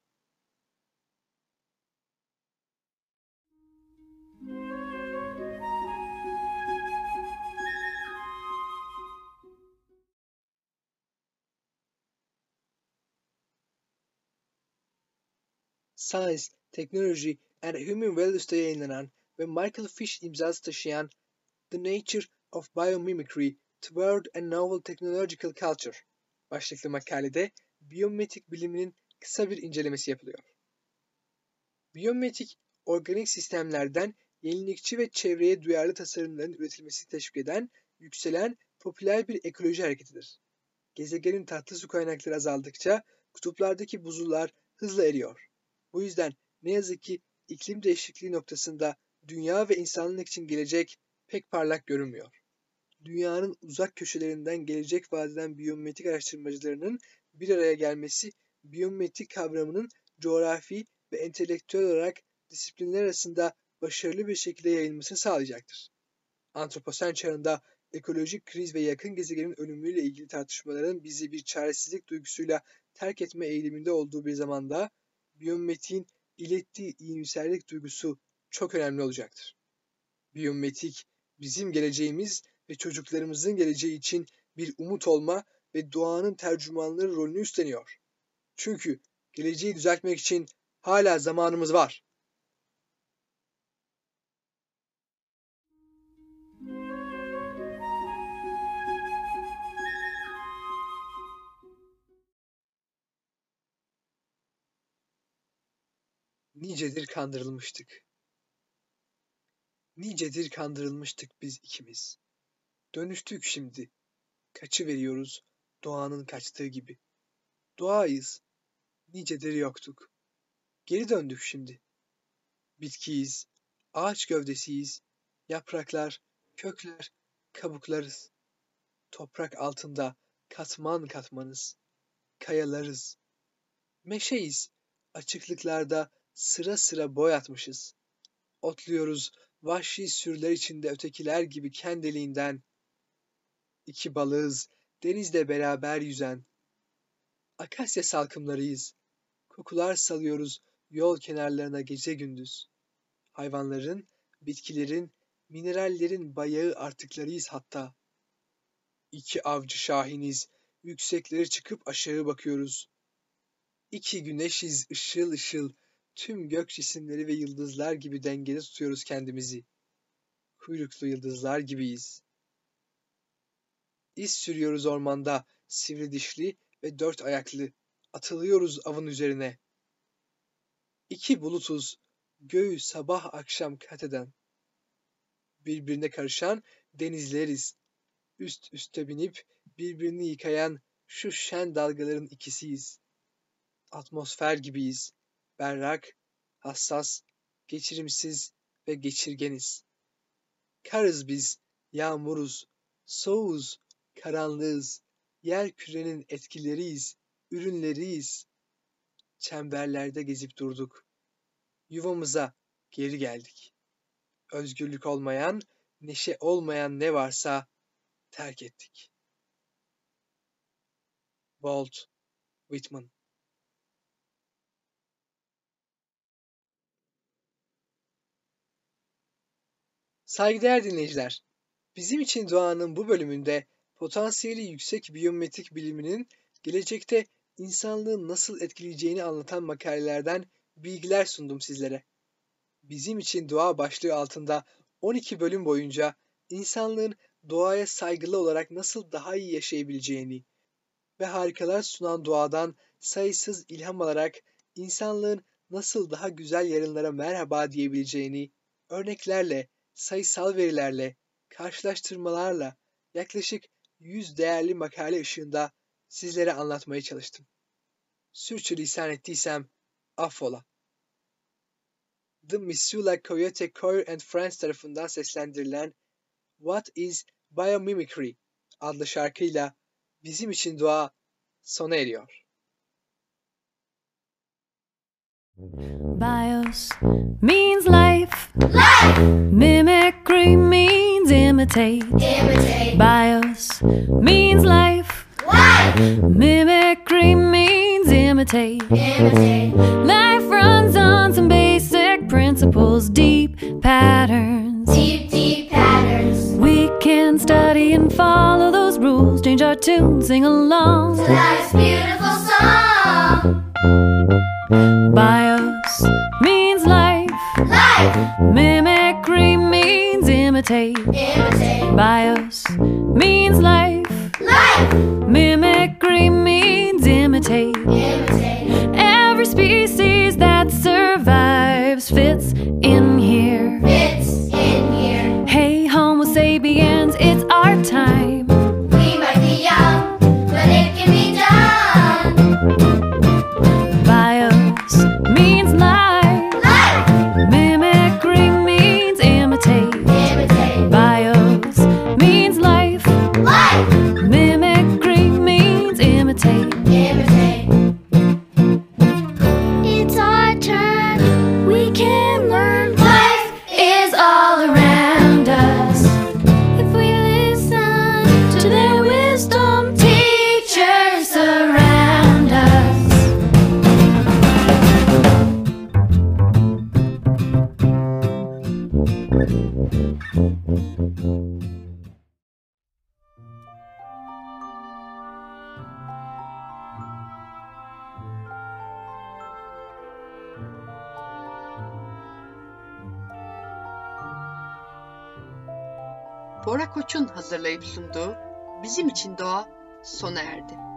Science, Technology and Human Values'ta yayınlanan ve Michael Fish imzası taşıyan The Nature of Biomimicry Toward a Novel Technological Culture başlıklı makalede biyometrik biliminin kısa bir incelemesi yapılıyor. Biyometrik, organik sistemlerden yenilikçi ve çevreye duyarlı tasarımların üretilmesini teşvik eden, yükselen popüler bir ekoloji hareketidir. Gezegenin tatlı su kaynakları azaldıkça kutuplardaki buzullar hızla eriyor. Bu yüzden ne yazık ki iklim değişikliği noktasında dünya ve insanlık için gelecek pek parlak görünmüyor. Dünyanın uzak köşelerinden gelecek vadeden biyometrik araştırmacılarının bir araya gelmesi, biyometrik kavramının coğrafi ve entelektüel olarak disiplinler arasında başarılı bir şekilde yayılmasını sağlayacaktır. Antroposen çağında ekolojik kriz ve yakın gezegenin ölümüyle ilgili tartışmaların bizi bir çaresizlik duygusuyla terk etme eğiliminde olduğu bir zamanda biyometriğin ilettiği iyimserlik duygusu çok önemli olacaktır. Biyometrik bizim geleceğimiz ve çocuklarımızın geleceği için bir umut olma ve doğanın tercümanları rolünü üstleniyor. Çünkü geleceği düzeltmek için hala zamanımız var. Nicedir kandırılmıştık. Nicedir kandırılmıştık biz ikimiz. Dönüştük şimdi. Kaçıveriyoruz doğanın kaçtığı gibi. Doğayız. Nicedir yoktuk. Geri döndük şimdi. Bitkiyiz. Ağaç gövdesiyiz. Yapraklar, kökler, kabuklarız. Toprak altında katman katmanız. Kayalarız. Meşeyiz. Açıklıklarda sıra sıra boy atmışız. Otluyoruz vahşi sürüler içinde ötekiler gibi kendiliğinden. İki balığız denizde beraber yüzen. Akasya salkımlarıyız. Kokular salıyoruz yol kenarlarına gece gündüz. Hayvanların, bitkilerin, minerallerin bayağı artıklarıyız hatta. İki avcı şahiniz, yükseklere çıkıp aşağı bakıyoruz. İki güneşiz ışıl ışıl, tüm gök cisimleri ve yıldızlar gibi dengede tutuyoruz kendimizi. Kuyruklu yıldızlar gibiyiz. İz sürüyoruz ormanda, sivri dişli ve dört ayaklı. Atılıyoruz avın üzerine. İki bulutuz, göğü sabah akşam kat eden. Birbirine karışan denizleriz. Üst üste binip birbirini yıkayan şu şen dalgaların ikisiyiz. Atmosfer gibiyiz. Berrak, hassas, geçirimsiz ve geçirgeniz. Karız biz, yağmuruz, soğuz, karanlığız, yer kürenin etkileriyiz, ürünleriyiz. Çemberlerde gezip durduk. Yuvamıza geri geldik. Özgürlük olmayan, neşe olmayan ne varsa terk ettik. Walt Whitman. Saygıdeğer dinleyiciler, bizim için doğanın bu bölümünde potansiyeli yüksek biyometrik biliminin gelecekte insanlığı nasıl etkileyeceğini anlatan makalelerden bilgiler sundum sizlere. Bizim için doğa başlığı altında 12 bölüm boyunca insanlığın doğaya saygılı olarak nasıl daha iyi yaşayabileceğini ve harikalar sunan doğadan sayısız ilham alarak insanlığın nasıl daha güzel yarınlara merhaba diyebileceğini örneklerle, sayısal verilerle, karşılaştırmalarla yaklaşık 100 değerli makale ışığında sizlere anlatmaya çalıştım. Sürçülisan ettiysem affola. The Missoula Coyote Choir and Friends tarafından seslendirilen What is Biomimicry adlı şarkıyla bizim için doğa sona eriyor. Bios means life. Life. Mimicry means imitate. Imitate. Bios means life. Life. Mimicry means imitate. Imitate. Life runs on some basic principles, deep patterns. Deep, deep patterns. We can study and follow those rules, change our tune, sing along to life's beautiful song. Bios means life. Life. Mimicry means imitate. Imitate. Bios means life. Life. Mimicry means imitate. Imitate. Every species that survives fits in here. Fits in here. Hey, Homo sapiens, it's our time. We might be young, but it can be done. Bios means life. Life. Mimicry means imitate. Imitate. Bios means life. Life. Mimicry means imitate. Imitate. It's our turn. We can learn. Life is all around us. If we listen to their wisdom, teachers surround us. Bora Koç'un hazırlayıp sunduğu Bizim için Doğa sona erdi.